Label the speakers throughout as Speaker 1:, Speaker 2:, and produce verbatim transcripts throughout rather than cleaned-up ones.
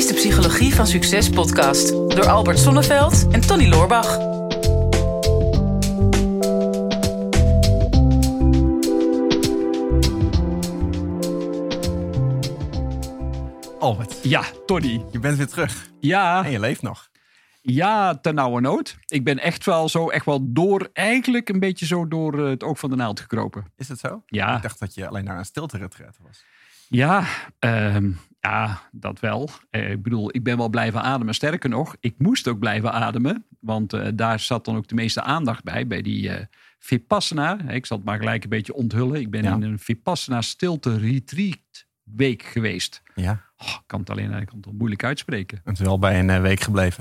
Speaker 1: is de Psychologie van Succes podcast door Albert Sonneveld en Tony Loorbach.
Speaker 2: Albert.
Speaker 3: Ja, Tony.
Speaker 2: Je bent weer terug.
Speaker 3: Ja.
Speaker 2: En je leeft nog.
Speaker 3: Ja, ternauwernood. Ik ben echt wel zo, echt wel door, eigenlijk een beetje zo door het oog van de naald gekropen.
Speaker 2: Is het zo?
Speaker 3: Ja.
Speaker 2: Ik dacht dat je alleen naar een stilte-retreat was.
Speaker 3: Ja, uh, ja, dat wel. Uh, ik bedoel, ik ben wel blijven ademen. Sterker nog, ik moest ook blijven ademen. Want uh, daar zat dan ook de meeste aandacht bij, bij die uh, Vipassana. Ik zal het maar gelijk een beetje onthullen. Ik ben ja. in een Vipassana stilte retreat week geweest.
Speaker 2: Ja.
Speaker 3: Oh, ik kan het alleen ik kan het moeilijk uitspreken.
Speaker 2: Het is wel bij een uh, week gebleven.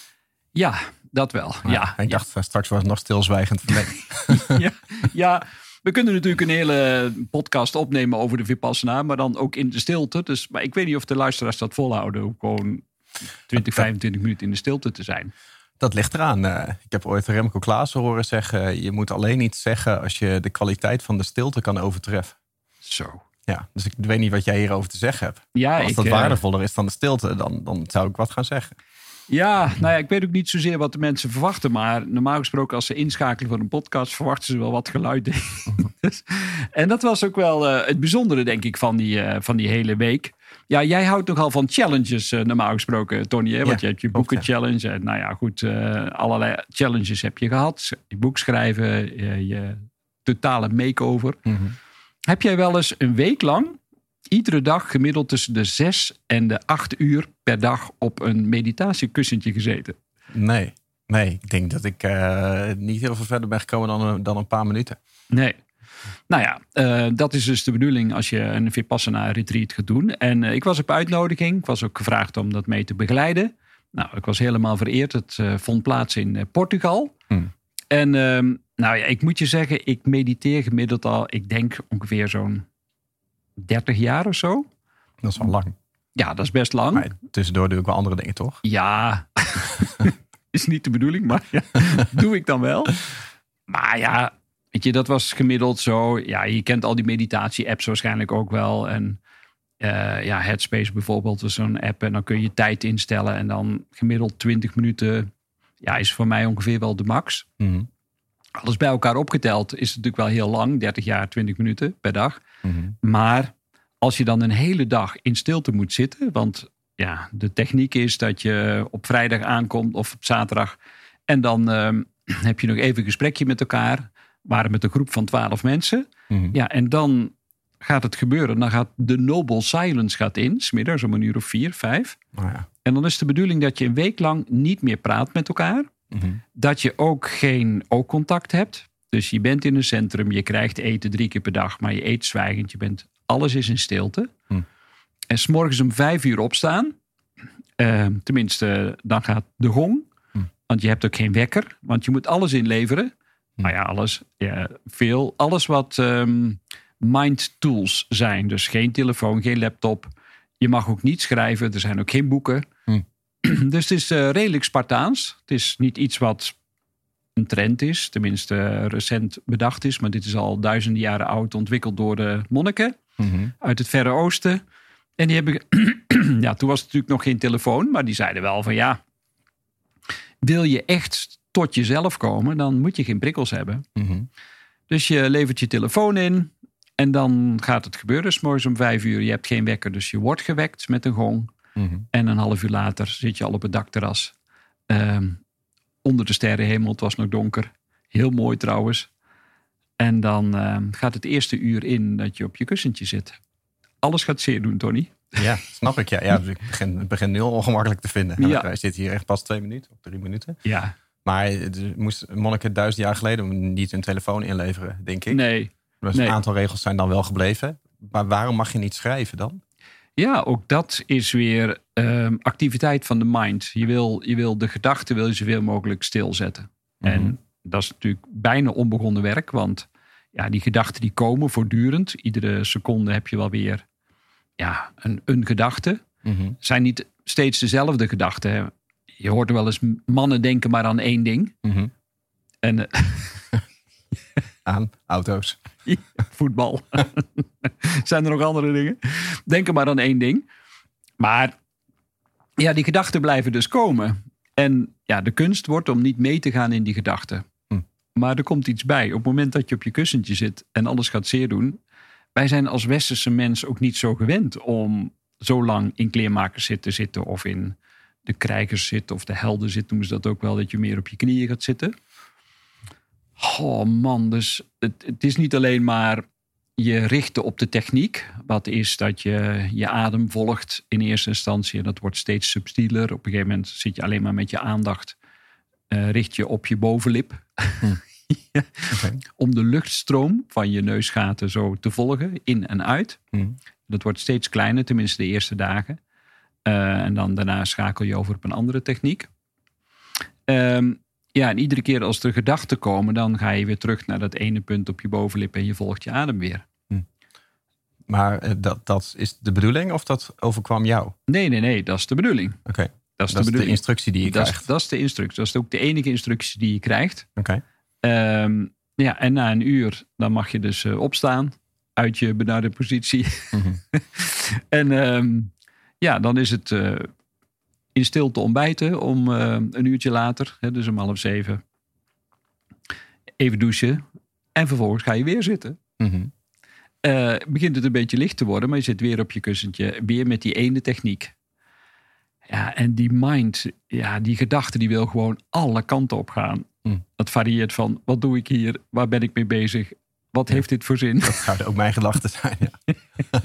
Speaker 3: Ja, dat wel. Ja,
Speaker 2: ja, ik dacht, ja. straks was het nog stilzwijgend verleden.
Speaker 3: ja, ja, we kunnen natuurlijk een hele podcast opnemen over de Vipassana, maar dan ook in de stilte. Dus, maar ik weet niet of de luisteraars dat volhouden om gewoon twintig, vijfentwintig minuten in de stilte te zijn.
Speaker 2: Dat ligt eraan. Uh, ik heb ooit Remco Klaassen horen zeggen, je moet alleen iets zeggen als je de kwaliteit van de stilte kan overtreffen.
Speaker 3: Zo.
Speaker 2: Ja, dus ik weet niet wat jij hierover te zeggen hebt.
Speaker 3: Ja,
Speaker 2: als
Speaker 3: ik,
Speaker 2: dat
Speaker 3: uh,
Speaker 2: waardevoller is dan de stilte, dan, dan zou ik wat gaan zeggen.
Speaker 3: Ja, nou ja, ik weet ook niet zozeer wat de mensen verwachten. Maar normaal gesproken als ze inschakelen voor een podcast, verwachten ze wel wat geluid. dus, en dat was ook wel uh, het bijzondere, denk ik, van die, uh, van die hele week. Ja, jij houdt nogal van challenges uh, normaal gesproken, Tony. Hè? Want ja, je hebt je boeken challenge. En nou ja, goed, uh, allerlei challenges heb je gehad. Je boek schrijven, uh, je totale makeover.
Speaker 2: Mm-hmm.
Speaker 3: Heb jij wel eens een week lang iedere dag gemiddeld tussen de zes en de acht uur per dag op een meditatiekussentje gezeten?
Speaker 2: Nee, nee. Ik denk dat ik uh, niet heel veel verder ben gekomen dan een, dan een paar minuten.
Speaker 3: Nee. Nou ja, uh, dat is dus de bedoeling als je een Vipassana retreat gaat doen. En uh, ik was op uitnodiging. Ik was ook gevraagd om dat mee te begeleiden. Nou, ik was helemaal vereerd. Het uh, vond plaats in uh, Portugal.
Speaker 2: Hmm.
Speaker 3: En uh, nou ja, ik moet je zeggen, ik mediteer gemiddeld al, ik denk ongeveer zo'n dertig jaar of zo.
Speaker 2: Dat is wel lang.
Speaker 3: Ja, dat is best lang.
Speaker 2: Maar tussendoor doe ik wel andere dingen, toch?
Speaker 3: Ja, is niet de bedoeling, maar ja, doe ik dan wel. Maar ja, weet je, dat was gemiddeld zo. Ja, je kent al die meditatie-apps waarschijnlijk ook wel. En uh, ja, Headspace bijvoorbeeld is zo'n app. En dan kun je tijd instellen. En dan gemiddeld twintig minuten, ja, is voor mij ongeveer wel de max.
Speaker 2: Mm-hmm.
Speaker 3: Alles bij elkaar opgeteld is het natuurlijk wel heel lang. dertig jaar, twintig minuten per dag.
Speaker 2: Mm-hmm. Maar
Speaker 3: als je dan een hele dag in stilte moet zitten. Want ja, de techniek is dat je op vrijdag aankomt of op zaterdag. En dan uh, heb je nog even een gesprekje met elkaar. We waren met een groep van twaalf mensen.
Speaker 2: Mm-hmm.
Speaker 3: Ja, en dan gaat het gebeuren. Dan gaat de noble silence gaat in. 's middags om een uur of vier, vijf.
Speaker 2: Oh ja.
Speaker 3: En dan is de bedoeling dat je een week lang niet meer praat met elkaar.
Speaker 2: Mm-hmm. Dat
Speaker 3: je ook geen oogcontact hebt. Dus je bent in een centrum. Je krijgt eten drie keer per dag. Maar je eet zwijgend. Je bent, alles is in stilte.
Speaker 2: Mm. En
Speaker 3: 's morgens om vijf uur opstaan. Uh, tenminste, dan gaat de gong.
Speaker 2: Mm.
Speaker 3: Want je hebt ook geen wekker. Want je moet alles inleveren.
Speaker 2: Mm.
Speaker 3: Nou ja, alles. Ja, veel. Alles wat um, mind tools zijn. Dus geen telefoon, geen laptop. Je mag ook niet schrijven. Er zijn ook geen boeken.
Speaker 2: Mm.
Speaker 3: Dus het is uh, redelijk Spartaans. Het is niet iets wat een trend is. Tenminste, uh, recent bedacht is. Maar dit is al duizenden jaren oud. Ontwikkeld door de monniken.
Speaker 2: Mm-hmm.
Speaker 3: Uit het Verre Oosten. En die hebben... ja, toen was het natuurlijk nog geen telefoon. Maar die zeiden wel van ja... Wil je echt tot jezelf komen... dan moet je geen prikkels hebben.
Speaker 2: Mm-hmm.
Speaker 3: Dus je levert je telefoon in... en dan gaat het gebeuren. 's morgens om vijf uur. Je hebt geen wekker, dus je wordt gewekt met een gong.
Speaker 2: Mm-hmm.
Speaker 3: En een half uur later zit je al op het dakterras. Um, onder de sterrenhemel. Het was nog donker. Heel mooi trouwens. En dan uh, gaat het eerste uur in dat je op je kussentje zit. Alles gaat zeer doen, Tony.
Speaker 2: Ja, snap ik. Ja, ja dus ik begin, het begint heel ongemakkelijk te vinden.
Speaker 3: Ja.
Speaker 2: Wij zitten hier echt pas twee minuten of drie minuten.
Speaker 3: Ja.
Speaker 2: Maar er moest monniken duizend jaar geleden niet hun telefoon inleveren, denk ik.
Speaker 3: Nee.
Speaker 2: Dus
Speaker 3: nee.
Speaker 2: Een aantal regels zijn dan wel gebleven. Maar waarom mag je niet schrijven dan?
Speaker 3: Ja, ook dat is weer um, activiteit van de mind. Je wil, je wil de gedachten wil je zoveel mogelijk stilzetten. Mm-hmm. En dat is natuurlijk bijna onbegonnen werk. Want ja, die gedachten die komen voortdurend. Iedere seconde heb je wel weer ja, een, een gedachte.
Speaker 2: Mm-hmm.
Speaker 3: Het zijn niet steeds dezelfde gedachten. Je hoort wel eens mannen denken maar aan één ding.
Speaker 2: Mm-hmm.
Speaker 3: En, uh,
Speaker 2: aan auto's.
Speaker 3: Voetbal. Zijn er nog andere dingen? Denk er maar aan één ding. Maar ja, die gedachten blijven dus komen. En ja, de kunst wordt om niet mee te gaan in die gedachten. Hm. Maar er komt iets bij. Op het moment dat je op je kussentje zit en alles gaat zeer doen. Wij zijn als westerse mens ook niet zo gewend om zo lang in kleermakers te zitten. Of in de krijgers zitten of de helden zitten. Noemen ze dat ook wel, dat je meer op je knieën gaat zitten. Oh man, dus het, het is niet alleen maar je richten op de techniek. Wat is dat je je adem volgt in eerste instantie. En dat wordt steeds subtieler. Op een gegeven moment zit je alleen maar met je aandacht. Uh, richt je op je bovenlip. Hm. ja. Okay. Om de luchtstroom van je neusgaten zo te volgen. In en uit. Hm. Dat wordt steeds kleiner, tenminste de eerste dagen. Uh, en dan daarna schakel je over op een andere techniek. Um, Ja, en iedere keer als er gedachten komen, dan ga je weer terug naar dat ene punt op je bovenlip en je volgt je adem weer.
Speaker 2: Hm. Maar uh, dat, dat is de bedoeling of dat overkwam jou?
Speaker 3: Nee, nee, nee, dat is de bedoeling.
Speaker 2: Oké, okay.
Speaker 3: dat is,
Speaker 2: dat
Speaker 3: de,
Speaker 2: is de instructie die je
Speaker 3: dat
Speaker 2: krijgt?
Speaker 3: Is, dat is de instructie. Dat is ook de enige instructie die je krijgt.
Speaker 2: Oké. Okay.
Speaker 3: Um, ja, en na een uur, dan mag je dus uh, opstaan uit je benarde positie. Mm-hmm. en um, ja, dan is het... Uh, in stilte ontbijten om uh, een uurtje later, hè, dus om half zeven. Even douchen. En vervolgens ga je weer zitten. Mm-hmm. Uh, begint het een beetje licht te worden, maar je zit weer op je kussentje. Weer met die ene techniek. Ja, en die mind, ja, die gedachte, die wil gewoon alle kanten op gaan. Mm. Dat varieert van, wat doe ik hier? Waar ben ik mee bezig? Wat ja. heeft dit voor zin?
Speaker 2: Dat zouden ook mijn gedachten zijn, ja.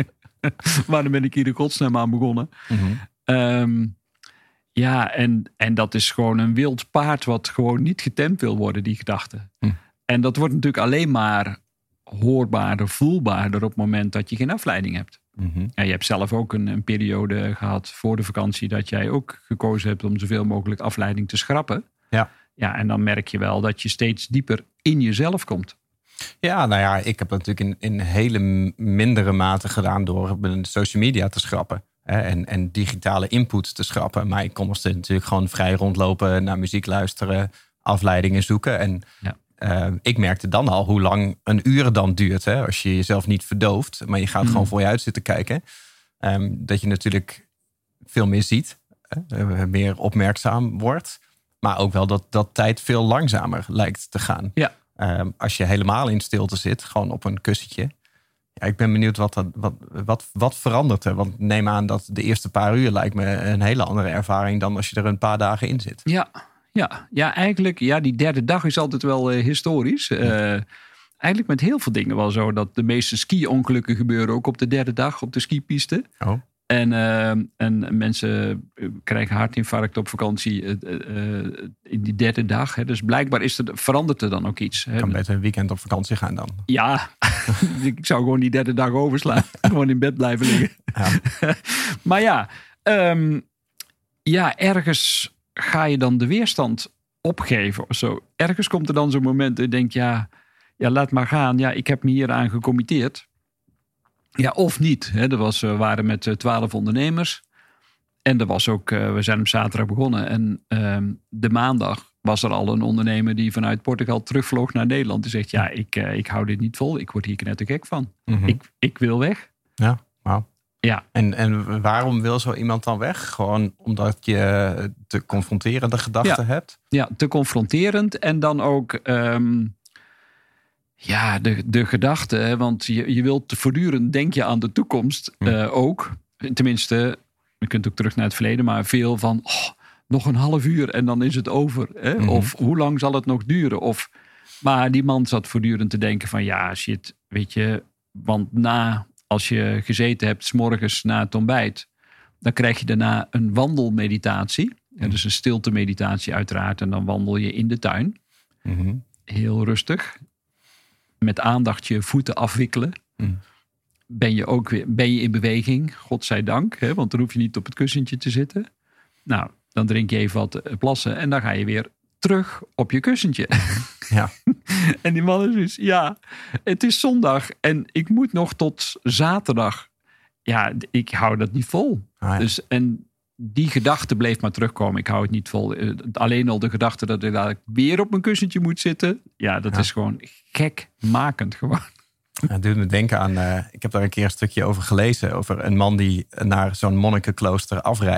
Speaker 3: Waarom ben ik hier in godsnaam aan begonnen? Mm-hmm. Um, Ja, en, en dat is gewoon een wild paard wat gewoon niet getemd wil worden, die gedachte. Hm. En dat wordt natuurlijk alleen maar hoorbaarder, voelbaarder op het moment dat je geen afleiding hebt. Mm-hmm. Ja, je hebt zelf ook een, een periode gehad voor de vakantie dat jij ook gekozen hebt om zoveel mogelijk afleiding te schrappen.
Speaker 2: Ja.
Speaker 3: Ja, en dan merk je wel dat je steeds dieper in jezelf komt.
Speaker 2: Ja, nou ja, ik heb het natuurlijk in, in hele mindere mate gedaan door mijn social media te schrappen. En, en digitale input te schrappen. Maar ik kon nog steeds natuurlijk gewoon vrij rondlopen, naar muziek luisteren, afleidingen zoeken. En ja. uh, ik merkte dan al hoe lang een uur dan duurt. Hè, als je jezelf niet verdooft, maar je gaat mm. gewoon voor je uit zitten kijken. Um, dat je natuurlijk veel meer ziet. Uh, meer opmerkzaam wordt. Maar ook wel dat, dat tijd veel langzamer lijkt te gaan.
Speaker 3: Ja.
Speaker 2: Um, als je helemaal in stilte zit, gewoon op een kussentje. Ja, ik ben benieuwd wat, wat, wat, wat verandert er. Want neem aan dat de eerste paar uur lijkt me een hele andere ervaring dan als je er een paar dagen in zit.
Speaker 3: Ja, ja, ja eigenlijk, ja, die derde dag is altijd wel uh, historisch. Uh, eigenlijk met heel veel dingen wel zo dat de meeste ski-ongelukken gebeuren ook op de derde dag op de skipiste.
Speaker 2: Oh.
Speaker 3: En, uh, en mensen krijgen hartinfarct op vakantie uh, uh, in die derde dag. Hè. Dus blijkbaar is er, verandert er dan ook iets.
Speaker 2: Je kan beter een weekend op vakantie gaan dan.
Speaker 3: Ja, ik zou gewoon die derde dag overslaan. Gewoon in bed blijven liggen. Ja. Maar ja, um, ja, ergens ga je dan de weerstand opgeven of zo. Ergens komt er dan zo'n moment dat je denkt, ja, ja, laat maar gaan. Ja, ik heb me hier aan gecommitteerd. Ja, of niet. Hè. Er was, we waren met twaalf ondernemers. En er was ook, uh, we zijn op zaterdag begonnen. En uh, de maandag was er al een ondernemer die vanuit Portugal terugvloog naar Nederland. Die zegt, ja, ik, uh, ik hou dit niet vol. Ik word hier knettergek van. Mm-hmm. Ik, ik wil weg.
Speaker 2: Ja, wauw.
Speaker 3: Ja.
Speaker 2: En, en waarom wil zo iemand dan weg? Gewoon omdat je te confronterende gedachten
Speaker 3: ja.
Speaker 2: hebt?
Speaker 3: Ja, te confronterend. En dan ook... Um, Ja, de, de gedachte, want je, je wilt voortdurend denk je aan de toekomst hm. uh, ook. Tenminste, je kunt ook terug naar het verleden, maar veel van oh, nog een half uur en dan is het over. Hè? Mm-hmm. Of hoe lang zal het nog duren? Of, maar die man zat voortdurend te denken van ja, shit, weet je, want na, als je gezeten hebt 's morgens na het ontbijt, dan krijg je daarna een wandelmeditatie. Mm. Ja, dus een stilte meditatie uiteraard en dan wandel je in de tuin. Mm-hmm. Heel rustig. Met aandacht je voeten afwikkelen. Mm. Ben je ook weer ben je in beweging, godzijdank. Hè, want dan hoef je niet op het kussentje te zitten. Nou, dan drink je even wat plassen. En dan ga je weer terug op je kussentje.
Speaker 2: Ja.
Speaker 3: En die man is dus, ja, het is zondag. En ik moet nog tot zaterdag. Ja, ik hou dat niet vol. Ah, ja. Dus, en die gedachte bleef maar terugkomen. Ik hou het niet vol. Alleen al de gedachte dat ik dadelijk weer op mijn kussentje moet zitten. Ja, dat ja. is gewoon gekmakend gewoon.
Speaker 2: Ja, het doet me denken aan... Uh, ik heb daar een keer een stukje over gelezen. Over een man die naar zo'n monnikenklooster afreisde.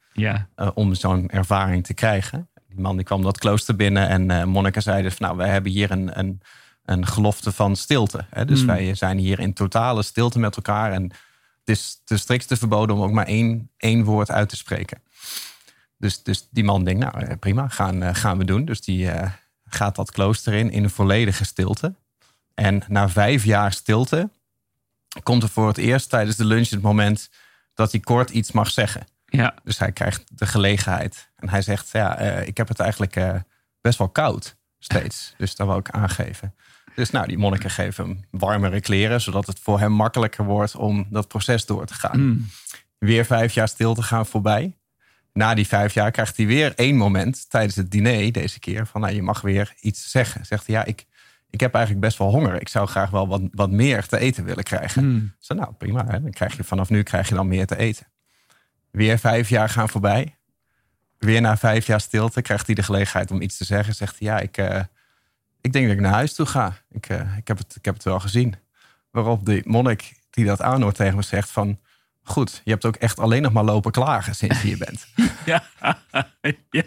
Speaker 3: Ja.
Speaker 2: Uh, om zo'n ervaring te krijgen. Die man die kwam dat klooster binnen en uh, monniken zeiden van, nou, wij hebben hier een, een, een gelofte van stilte. Hè? Dus mm. wij zijn hier in totale stilte met elkaar. En het is de strikste verboden om ook maar één, één woord uit te spreken. Dus, dus die man denkt, nou prima, gaan, uh, gaan we doen. Dus die uh, gaat dat klooster in, in een volledige stilte. En na vijf jaar stilte komt er voor het eerst tijdens de lunch het moment dat hij kort iets mag zeggen.
Speaker 3: Ja.
Speaker 2: Dus hij krijgt de gelegenheid. En hij zegt, ja, uh, ik heb het eigenlijk uh, best wel koud steeds. Dus dat wil ik aangeven. Dus nou, die monniken geven hem warmere kleren, zodat het voor hem makkelijker wordt om dat proces door te gaan. Mm. Weer vijf jaar stilte gaan voorbij. Na die vijf jaar krijgt hij weer één moment tijdens het diner deze keer van, nou, je mag weer iets zeggen. Zegt hij, ja, ik, ik heb eigenlijk best wel honger. Ik zou graag wel wat, wat meer te eten willen krijgen. Mm. Zo, nou, prima. Hè? Dan krijg je vanaf nu krijg je dan meer te eten. Weer vijf jaar gaan voorbij. Weer na vijf jaar stilte krijgt hij de gelegenheid om iets te zeggen. Zegt hij, ja, ik, uh, ik denk dat ik naar huis toe ga. Ik, uh, ik, heb het, ik heb het wel gezien. Waarop de monnik die dat aanhoort tegen me zegt van, goed, je hebt ook echt alleen nog maar lopen klagen sinds je hier bent.
Speaker 3: Ja, ja,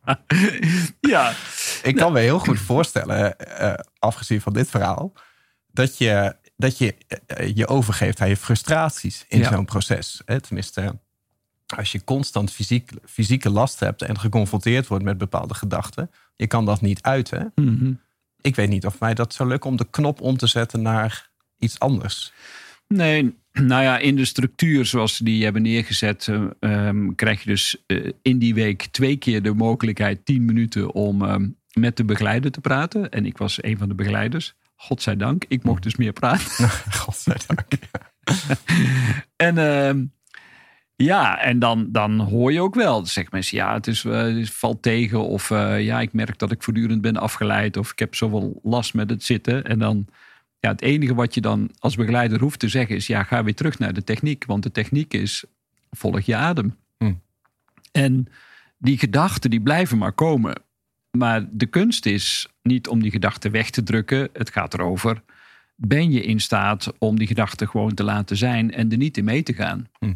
Speaker 3: ja.
Speaker 2: Ik kan me heel goed voorstellen, uh, afgezien van dit verhaal, dat je dat je, uh, je overgeeft aan je frustraties in ja. zo'n proces. Hè? Tenminste, als je constant fysiek, fysieke last hebt en geconfronteerd wordt met bepaalde gedachten, je kan dat niet uiten. Mm-hmm. Ik weet niet of mij dat zou lukken om de knop om te zetten naar iets anders.
Speaker 3: Nee, nou ja, in de structuur zoals ze die hebben neergezet, um, krijg je dus uh, in die week twee keer de mogelijkheid, tien minuten, om um, met de begeleider te praten. En ik was een van de begeleiders. Godzijdank, ik mocht dus meer praten.
Speaker 2: Godzijdank.
Speaker 3: en uh, ja, en dan, dan hoor je ook wel. Dan zeggen mensen, ja, het, is, uh, het valt tegen. Of uh, ja, ik merk dat ik voortdurend ben afgeleid. Of ik heb zoveel last met het zitten. En dan, ja, het enige wat je dan als begeleider hoeft te zeggen is, ja, ga weer terug naar de techniek. Want de techniek is, volg je adem. Hm. En die gedachten, die blijven maar komen. Maar de kunst is niet om die gedachten weg te drukken. Het gaat erover, ben je in staat om die gedachten gewoon te laten zijn en er niet in mee te gaan? Hm.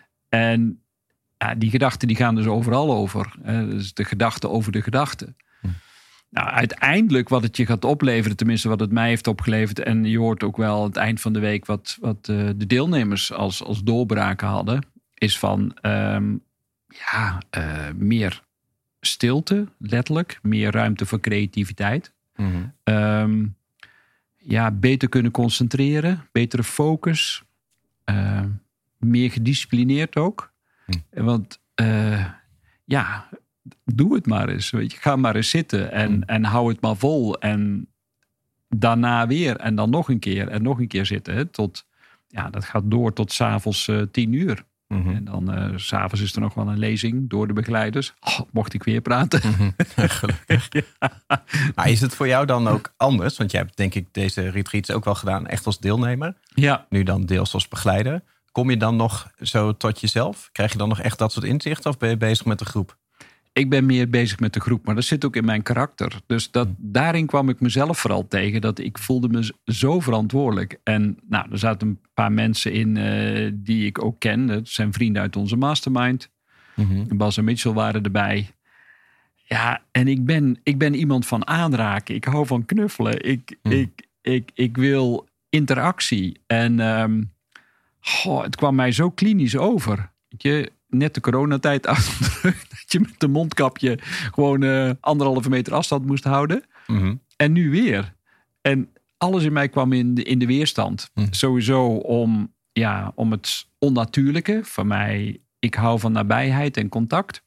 Speaker 3: En ja, die gedachten die gaan dus overal over. Hè? Dus de gedachte over de gedachten. Hm. Nou, uiteindelijk wat het je gaat opleveren, tenminste wat het mij heeft opgeleverd, en je hoort ook wel aan het eind van de week wat, wat uh, de deelnemers als, als doorbraken hadden, is van um, ja, uh, meer stilte, letterlijk. Meer ruimte voor creativiteit. Mm-hmm. Um, ja, beter kunnen concentreren. Betere focus. Uh, meer gedisciplineerd ook. Mm. Want uh, ja, doe het maar eens. Weet je. Ga maar eens zitten en, mm. en hou het maar vol. En daarna weer. En dan nog een keer. En nog een keer zitten. Hè, tot, ja, dat gaat door tot 's avonds uh, tien uur. Mm-hmm. En dan uh, 's avonds is er nog wel een lezing door de begeleiders. Oh, mocht ik weer praten.
Speaker 2: Mm-hmm. Gelukkig. Ja. Maar is het voor jou dan ook anders? Want jij hebt denk ik deze retreats ook wel gedaan echt als deelnemer.
Speaker 3: Ja.
Speaker 2: Nu dan deels als begeleider. Kom je dan nog zo tot jezelf? Krijg je dan nog echt dat soort inzichten of ben je bezig met de groep?
Speaker 3: Ik ben meer bezig met de groep, maar dat zit ook in mijn karakter. Dus dat, daarin kwam ik mezelf vooral tegen. Dat ik voelde me zo verantwoordelijk. En nou, er zaten een paar mensen in uh, die ik ook ken. Dat zijn vrienden uit onze mastermind. Mm-hmm. Bas en Mitchell waren erbij. Ja, en ik ben, ik ben iemand van aanraken. Ik hou van knuffelen. Ik, mm. ik, ik, ik wil interactie. En um, goh, het kwam mij zo klinisch over. Weet je, net de coronatijd achter de rug, dat je met een mondkapje gewoon uh, anderhalve meter afstand moest houden. Mm-hmm. En nu weer. En alles in mij kwam in de, in de weerstand. Mm. Sowieso om, ja, om het onnatuurlijke. Van mij, ik hou van nabijheid en contact.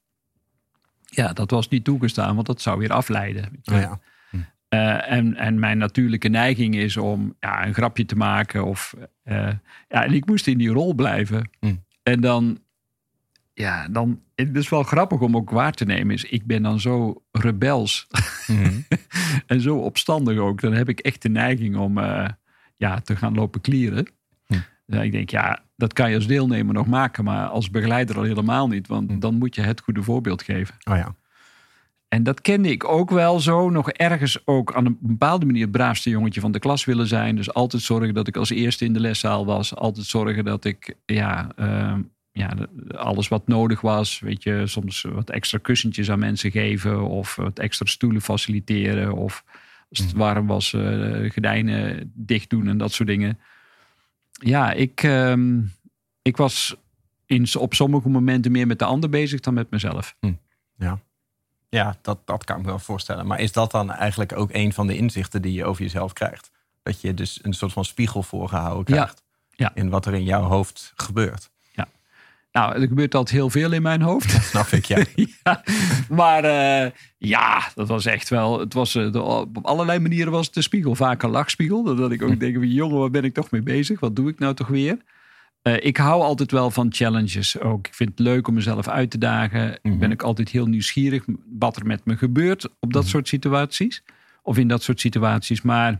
Speaker 3: Ja, dat was niet toegestaan, want dat zou weer afleiden.
Speaker 2: Oh ja. Hm.
Speaker 3: Uh, en, en mijn natuurlijke neiging is om ja, een grapje te maken. Of, uh, ja, en ik moest in die rol blijven. Hm. En dan, ja, dan, het is wel grappig om ook waar te nemen. Is, ik ben dan zo rebels. Mm-hmm. En zo opstandig ook. Dan heb ik echt de neiging om uh, ja, te gaan lopen klieren. Hm. Dus ik denk, ja, dat kan je als deelnemer nog maken, maar als begeleider al helemaal niet. Want hm. dan moet je het goede voorbeeld geven.
Speaker 2: Oh ja.
Speaker 3: En dat kende ik ook wel zo. Nog ergens ook aan een bepaalde manier het braafste jongetje van de klas willen zijn. Dus altijd zorgen dat ik als eerste in de leszaal was. Altijd zorgen dat ik ja, uh, ja, alles wat nodig was. Weet je, soms wat extra kussentjes aan mensen geven. Of wat extra stoelen faciliteren. Of als het warm was, uh, gordijnen dicht doen en dat soort dingen. Ja, ik, um, ik was in, op sommige momenten meer met de ander bezig dan met mezelf.
Speaker 2: Hm. Ja, ja dat, dat kan ik me wel voorstellen. Maar is dat dan eigenlijk ook een van de inzichten die je over jezelf krijgt? Dat je dus een soort van spiegel voorgehouden krijgt
Speaker 3: ja. Ja.
Speaker 2: in wat er in jouw hoofd gebeurt.
Speaker 3: Ja, nou, er gebeurt altijd heel veel in mijn hoofd.
Speaker 2: Dat snap ik, ja.
Speaker 3: ja. Maar uh, ja, dat was echt wel... Het was, uh, de, op allerlei manieren was het de spiegel. Vaak een lachspiegel. Dat ik ook hm. denk, jongen, waar ben ik toch mee bezig? Wat doe ik nou toch weer? Uh, ik hou altijd wel van challenges ook. Ik vind het leuk om mezelf uit te dagen. Mm-hmm. Ik ben ook altijd heel nieuwsgierig wat er met me gebeurt op dat mm-hmm. soort situaties. Of in dat soort situaties. Maar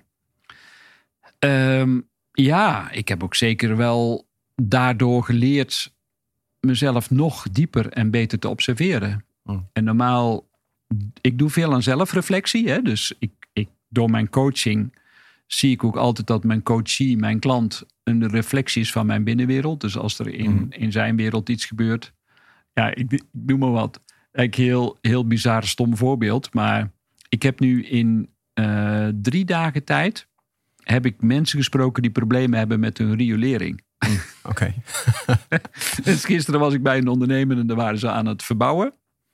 Speaker 3: um, ja, ik heb ook zeker wel daardoor geleerd mezelf nog dieper en beter te observeren. Mm. En normaal, ik doe veel aan zelfreflectie. Hè? Dus ik, ik, door mijn coaching zie ik ook altijd dat mijn coachie, mijn klant, een reflectie is van mijn binnenwereld. Dus als er in, mm. in zijn wereld iets gebeurt. Ja, ik, ik noem maar wat. Eigenlijk heel, heel bizar, stom voorbeeld. Maar ik heb nu in uh, drie dagen tijd heb ik mensen gesproken die problemen hebben met hun riolering.
Speaker 2: Mm, Oké.
Speaker 3: Okay. Dus gisteren was ik bij een ondernemer en daar waren ze aan het verbouwen.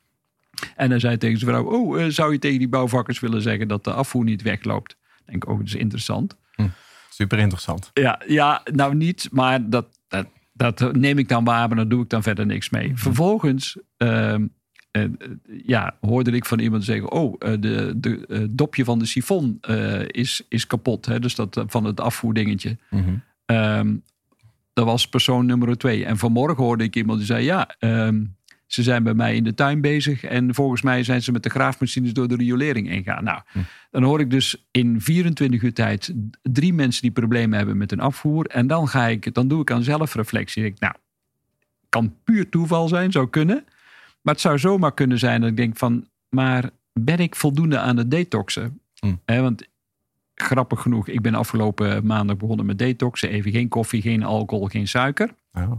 Speaker 3: En dan zei tegen zijn vrouw, oh, uh, zou je tegen die bouwvakkers willen zeggen dat de afvoer niet wegloopt? Ik denk, oh, dat is interessant.
Speaker 2: Hm, super interessant.
Speaker 3: Ja, ja, nou niet, maar dat, dat, dat neem ik dan waar, maar daar doe ik dan verder niks mee. Vervolgens uh, uh, ja, hoorde ik van iemand zeggen, oh, uh, de, de uh, dopje van de sifon uh, is, is kapot. Hè? Dus dat uh, van het afvoerdingetje. Mm-hmm. Um, dat was persoon nummer twee. En vanmorgen hoorde ik iemand die zei, ja, um, ze zijn bij mij in de tuin bezig en volgens mij zijn ze met de graafmachines door de riolering ingaan. Nou, hm. dan hoor ik dus in vierentwintig uur tijd drie mensen die problemen hebben met hun afvoer. En dan ga ik, dan doe ik aan zelfreflectie. Ik, nou, kan puur toeval zijn, zou kunnen. Maar het zou zomaar kunnen zijn dat ik denk van, maar ben ik voldoende aan het detoxen? Hm. He, want grappig genoeg, ik ben afgelopen maandag begonnen met detoxen. Even geen koffie, geen alcohol, geen suiker.
Speaker 2: Oh.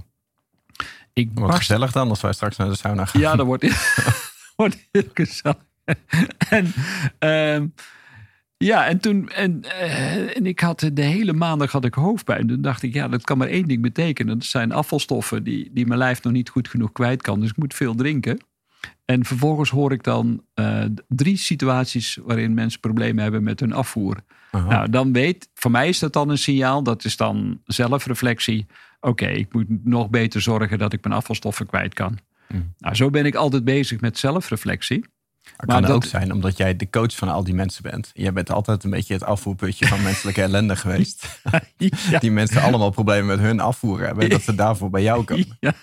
Speaker 3: Ik
Speaker 2: Wat barst... gezellig dan, als wij straks naar de sauna gaan.
Speaker 3: Ja, dat wordt, wordt heel gezellig. en, uh, ja, en toen... En, uh, en ik had de hele maandag had ik hoofdpijn. Toen dacht ik, ja, dat kan maar één ding betekenen. Dat zijn afvalstoffen die, die mijn lijf nog niet goed genoeg kwijt kan. Dus ik moet veel drinken. En vervolgens hoor ik dan uh, drie situaties waarin mensen problemen hebben met hun afvoer. Aha. Nou, dan weet, voor mij is dat dan een signaal. Dat is dan zelfreflectie. Oké, okay, ik moet nog beter zorgen dat ik mijn afvalstoffen kwijt kan. Mm. Nou, zo ben ik altijd bezig met zelfreflectie.
Speaker 2: Het kan dat ook zijn omdat jij de coach van al die mensen bent. Jij bent altijd een beetje het afvoerputje van menselijke ellende geweest. Ja. Die mensen allemaal problemen met hun afvoer hebben. Dat ze daarvoor bij jou komen.
Speaker 3: Ja,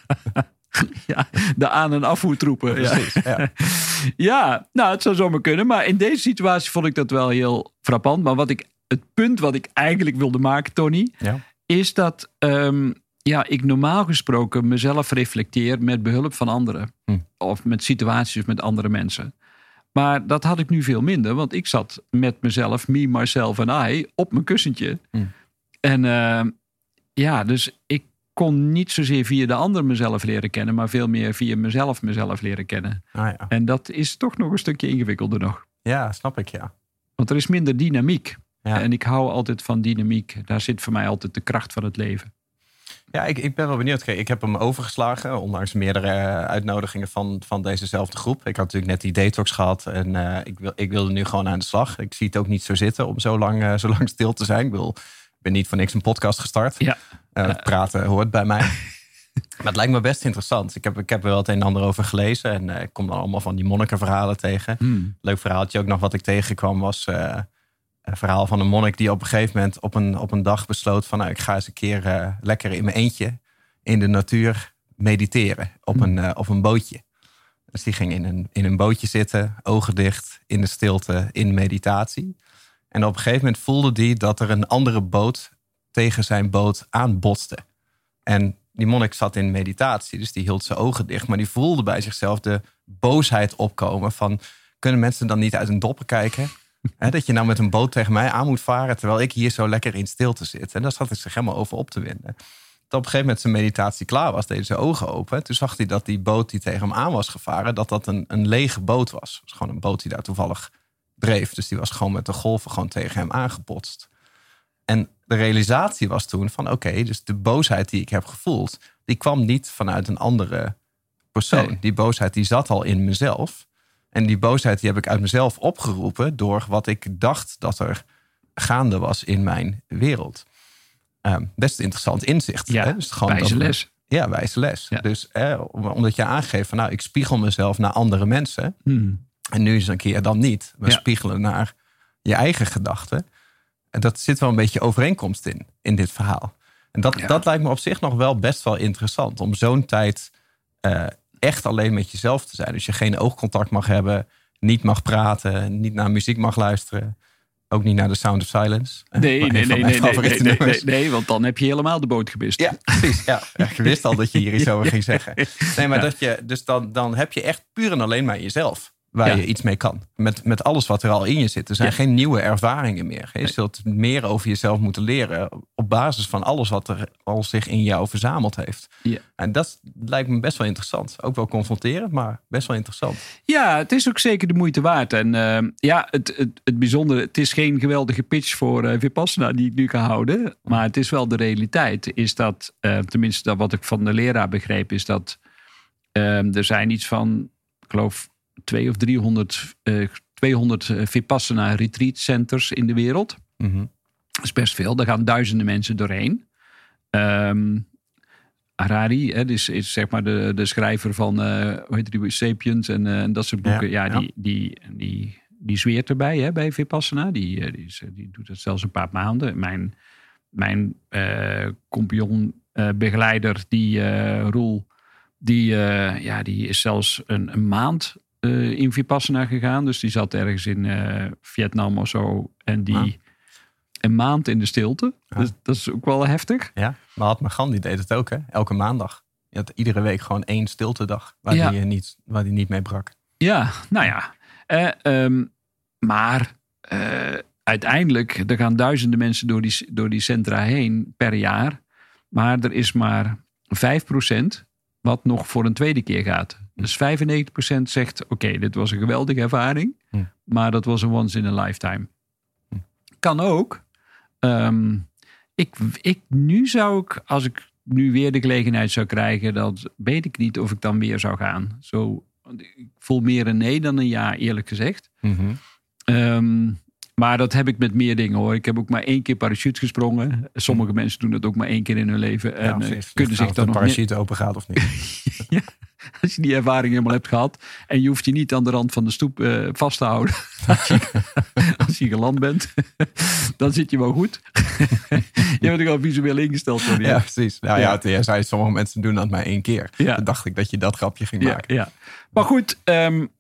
Speaker 3: ja de aan- en afvoertroepen.
Speaker 2: Precies, ja. Ja.
Speaker 3: Ja, nou, het zou zomaar kunnen. Maar in deze situatie vond ik dat wel heel frappant. Maar wat ik, het punt wat ik eigenlijk wilde maken, Tony, ja. is dat um, ja, ik normaal gesproken mezelf reflecteer met behulp van anderen. Hm. Of met situaties met andere mensen. Maar dat had ik nu veel minder. Want ik zat met mezelf, me, myself en I, op mijn kussentje. Hm. En uh, ja, dus ik kon niet zozeer via de ander mezelf leren kennen, maar veel meer via mezelf mezelf leren kennen. Ah, ja. En dat is toch nog een stukje ingewikkelder nog.
Speaker 2: Ja, snap ik, ja.
Speaker 3: Want er is minder dynamiek. Ja. En ik hou altijd van dynamiek. Daar zit voor mij altijd de kracht van het leven.
Speaker 2: Ja, ik, ik ben wel benieuwd. Kijk, ik heb hem overgeslagen, ondanks meerdere uitnodigingen van, van dezezelfde groep. Ik had natuurlijk net die detox gehad en uh, ik, wil, ik wilde nu gewoon aan de slag. Ik zie het ook niet zo zitten om zo lang, uh, zo lang stil te zijn. Ik wil... Ik ben niet voor niks een podcast gestart. Ja. Uh, praten hoort bij mij. Maar het lijkt me best interessant. Ik heb, ik heb er wel het een en ander over gelezen. En uh, ik kom dan allemaal van die monnikenverhalen tegen. Hmm. Leuk verhaaltje ook nog wat ik tegenkwam was... Uh, een verhaal van een monnik die op een gegeven moment... op een, op een dag besloot van... Nou, ik ga eens een keer uh, lekker in mijn eentje... in de natuur mediteren. Op, hmm. een, uh, op een bootje. Dus die ging in een, in een bootje zitten. Ogen dicht, in de stilte, in meditatie... En op een gegeven moment voelde hij dat er een andere boot tegen zijn boot aanbotste. En die monnik zat in meditatie, dus die hield zijn ogen dicht. Maar die voelde bij zichzelf de boosheid opkomen van... kunnen mensen dan niet uit hun doppen kijken? He, dat je nou met een boot tegen mij aan moet varen... terwijl ik hier zo lekker in stilte zit. En daar zat hij zich helemaal over op te winden. op een gegeven moment zijn meditatie klaar was, deed hij zijn ogen open. Toen zag hij dat die boot die tegen hem aan was gevaren, dat dat een, een lege boot was. Het was gewoon een boot die daar toevallig dreef. Dus die was gewoon met de golven gewoon tegen hem aangepotst. En de realisatie was toen van oké, okay, dus de boosheid die ik heb gevoeld, die kwam niet vanuit een andere persoon. Nee. Die boosheid die zat al in mezelf. En die boosheid die heb ik uit mezelf opgeroepen door wat ik dacht dat er gaande was in mijn wereld. Um, best interessant inzicht.
Speaker 3: Ja,
Speaker 2: hè? Dus gewoon
Speaker 3: wijze
Speaker 2: dat,
Speaker 3: les.
Speaker 2: Ja, wijze les. Ja. Dus eh, omdat je aangeeft van nou, ik spiegel mezelf naar andere mensen.
Speaker 3: Hmm.
Speaker 2: En nu eens een keer dan niet. We ja. spiegelen naar je eigen gedachten. En dat zit wel een beetje overeenkomst in, in dit verhaal. En dat, ja. dat lijkt me op zich nog wel best wel interessant. Om zo'n tijd uh, echt alleen met jezelf te zijn. Dus je geen oogcontact mag hebben, niet mag praten, niet naar muziek mag luisteren. Ook niet naar The Sound of Silence.
Speaker 3: Nee, nee, nee, nee, nee, nee, nee, nee, nee, want dan heb je helemaal de boot gemist.
Speaker 2: Ja, precies. Ja. Ja, je wist al dat je hier iets over ging zeggen. Nee, maar ja. dat je, dus dan, dan heb je echt puur en alleen maar jezelf. Waar ja. je iets mee kan. Met, met alles wat er al in je zit. Er zijn ja. geen nieuwe ervaringen meer. Je zult meer over jezelf moeten leren. Op basis van alles wat er al zich in jou verzameld heeft. Ja. En dat lijkt me best wel interessant. Ook wel confronterend, maar best wel interessant.
Speaker 3: Ja, het is ook zeker de moeite waard. En uh, ja, het, het, het bijzondere. Het is geen geweldige pitch voor uh, Vipassana die ik nu kan houden. Maar het is wel de realiteit. Is dat, uh, tenminste dat wat ik van de leraar begreep. Is dat uh, er zijn iets van, ik geloof, twee of driehonderd, uh, tweehonderd uh, Vipassana retreat centers in de wereld.
Speaker 2: Mm-hmm.
Speaker 3: Dat is best veel. Daar gaan duizenden mensen doorheen. Um, Harari, hè, is, is zeg maar de, de schrijver van uh, hoe heet die, Sapiens en, uh, en dat soort boeken. Ja, ja, die, die, die, die zweert erbij hè, bij Vipassana. Die, uh, die, is, die doet het zelfs een paar maanden. Mijn, mijn uh, compagnon, uh, begeleider, die uh, Roel, die, uh, ja, die is zelfs een, een maand Uh, in Vipassana gegaan. Dus die zat ergens in uh, Vietnam of zo. En die ah. een maand in de stilte. Ah. Dus dat is ook wel heftig.
Speaker 2: Ja, Mahatma Gandhi deed het ook, hè? Elke maandag. Je had iedere week gewoon één stiltedag waar ja. die niet, waar die niet mee brak.
Speaker 3: Ja, nou ja. Uh, um, maar uh, uiteindelijk, er gaan duizenden mensen door die, door die centra heen per jaar. Maar er is maar vijf procent wat nog voor een tweede keer gaat. Dus vijfennegentig procent zegt, oké, okay, dit was een geweldige ervaring. Hm. Maar dat was een once in a lifetime. Hm. Kan ook. Um, ik, ik, nu zou ik, als ik nu weer de gelegenheid zou krijgen, dan weet ik niet of ik dan weer zou gaan. Zo, ik voel meer een nee dan een ja, eerlijk gezegd.
Speaker 2: Mm-hmm.
Speaker 3: Um, maar dat heb ik met meer dingen hoor. Ik heb ook maar één keer parachute gesprongen. Sommige hm. mensen doen dat ook maar één keer in hun leven. En ja,
Speaker 2: precies.
Speaker 3: kunnen zich dan
Speaker 2: de
Speaker 3: nog
Speaker 2: parachute open gaat of niet.
Speaker 3: Ja. Als je die ervaring helemaal hebt gehad. En je hoeft je niet aan de rand van de stoep uh, vast te houden. Als je, als je geland bent. Dan zit je wel goed. Je bent ook al visueel ingesteld. Hoor,
Speaker 2: ja, precies. Nou ja, ja. Zei, sommige mensen doen dat maar één keer. Ja. Dan dacht ik dat je dat grapje ging
Speaker 3: ja,
Speaker 2: maken.
Speaker 3: Ja. Maar goed. Um,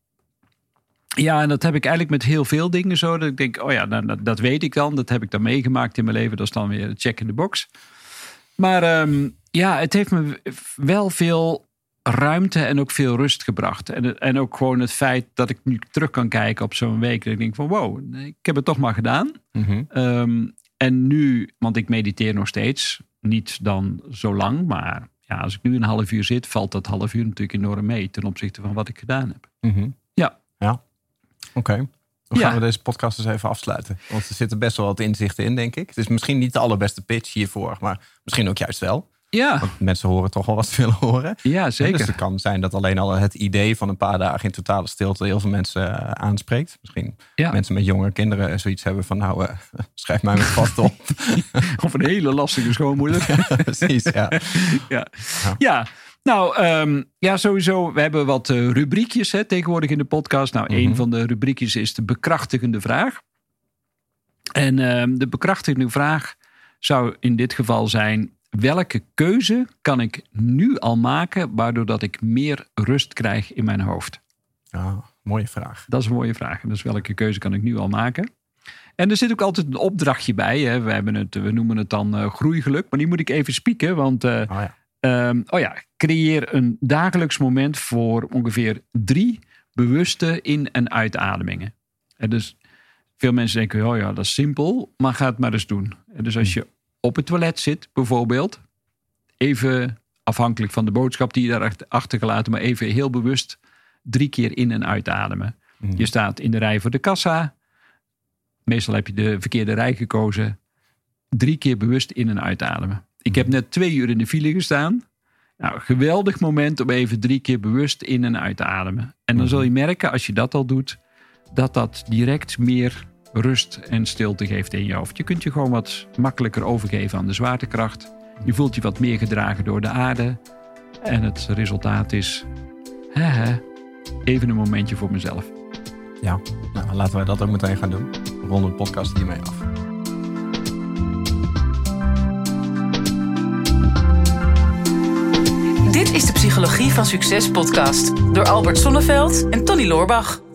Speaker 3: ja, en dat heb ik eigenlijk met heel veel dingen zo. Dat ik denk, oh ja, nou, dat, dat weet ik dan. Dat heb ik dan meegemaakt in mijn leven. Dat is dan weer een check in de box. Maar um, ja, het heeft me wel veel ruimte en ook veel rust gebracht. En, en ook gewoon het feit dat ik nu terug kan kijken op zo'n week. Dat ik denk van wow, ik heb het toch maar gedaan.
Speaker 2: Mm-hmm.
Speaker 3: Um, en nu, want ik mediteer nog steeds. Niet dan zo lang, maar ja, als ik nu een half uur zit, valt dat half uur natuurlijk enorm mee ten opzichte van wat ik gedaan heb.
Speaker 2: Mm-hmm.
Speaker 3: Ja.
Speaker 2: Ja, oké. Okay. Dan gaan
Speaker 3: ja.
Speaker 2: we deze podcast eens even afsluiten. Want er zitten best wel wat inzichten in, denk ik. Het is misschien niet de allerbeste pitch hiervoor, maar misschien ook juist wel.
Speaker 3: Ja.
Speaker 2: Want mensen horen toch wel wat ze willen horen.
Speaker 3: Ja, zeker.
Speaker 2: En dus het kan zijn dat alleen al het idee van een paar dagen in totale stilte heel veel mensen uh, aanspreekt. Misschien ja. mensen met jongere kinderen zoiets hebben van nou, uh, schrijf mij maar vast op.
Speaker 3: Of een hele lastige schoonmoeder.
Speaker 2: Ja, precies, ja.
Speaker 3: ja. ja. ja. Nou, um, ja, sowieso. We hebben wat uh, rubriekjes hè, tegenwoordig in de podcast. Nou, mm-hmm. een van de rubriekjes is de bekrachtigende vraag. En um, de bekrachtigende vraag zou in dit geval zijn: welke keuze kan ik nu al maken waardoor dat ik meer rust krijg in mijn hoofd?
Speaker 2: Ah, mooie vraag.
Speaker 3: Dat is een mooie vraag. Dus welke keuze kan ik nu al maken? En er zit ook altijd een opdrachtje bij. Hè. We, hebben het, we noemen het dan uh, groeigeluk. Maar die moet ik even spieken. Want uh, oh, ja. Um, oh ja, creëer een dagelijks moment voor ongeveer drie bewuste in- en uitademingen. En dus veel mensen denken, oh ja, dat is simpel. Maar ga het maar eens doen. En dus als je op het toilet zit bijvoorbeeld. even afhankelijk van de boodschap die je daar achtergelaten, maar even heel bewust drie keer in- en uitademen. Mm. Je staat in de rij voor de kassa. Meestal heb je de verkeerde rij gekozen. Drie keer bewust in- en uitademen. Ik heb net twee uur in de file gestaan. Nou, geweldig moment om even drie keer bewust in- en uit te ademen. En dan zul je merken, als je dat al doet, dat dat direct meer rust en stilte geeft in je hoofd. Je kunt je gewoon wat makkelijker overgeven aan de zwaartekracht. Je voelt je wat meer gedragen door de aarde. En het resultaat is, hè, hè, even een momentje voor mezelf.
Speaker 2: Ja, nou, laten wij dat ook meteen gaan doen. We ronden de podcast hiermee af.
Speaker 1: Dit is de Psychologie van Succes podcast door Albert Sonneveld en Tony Loorbach.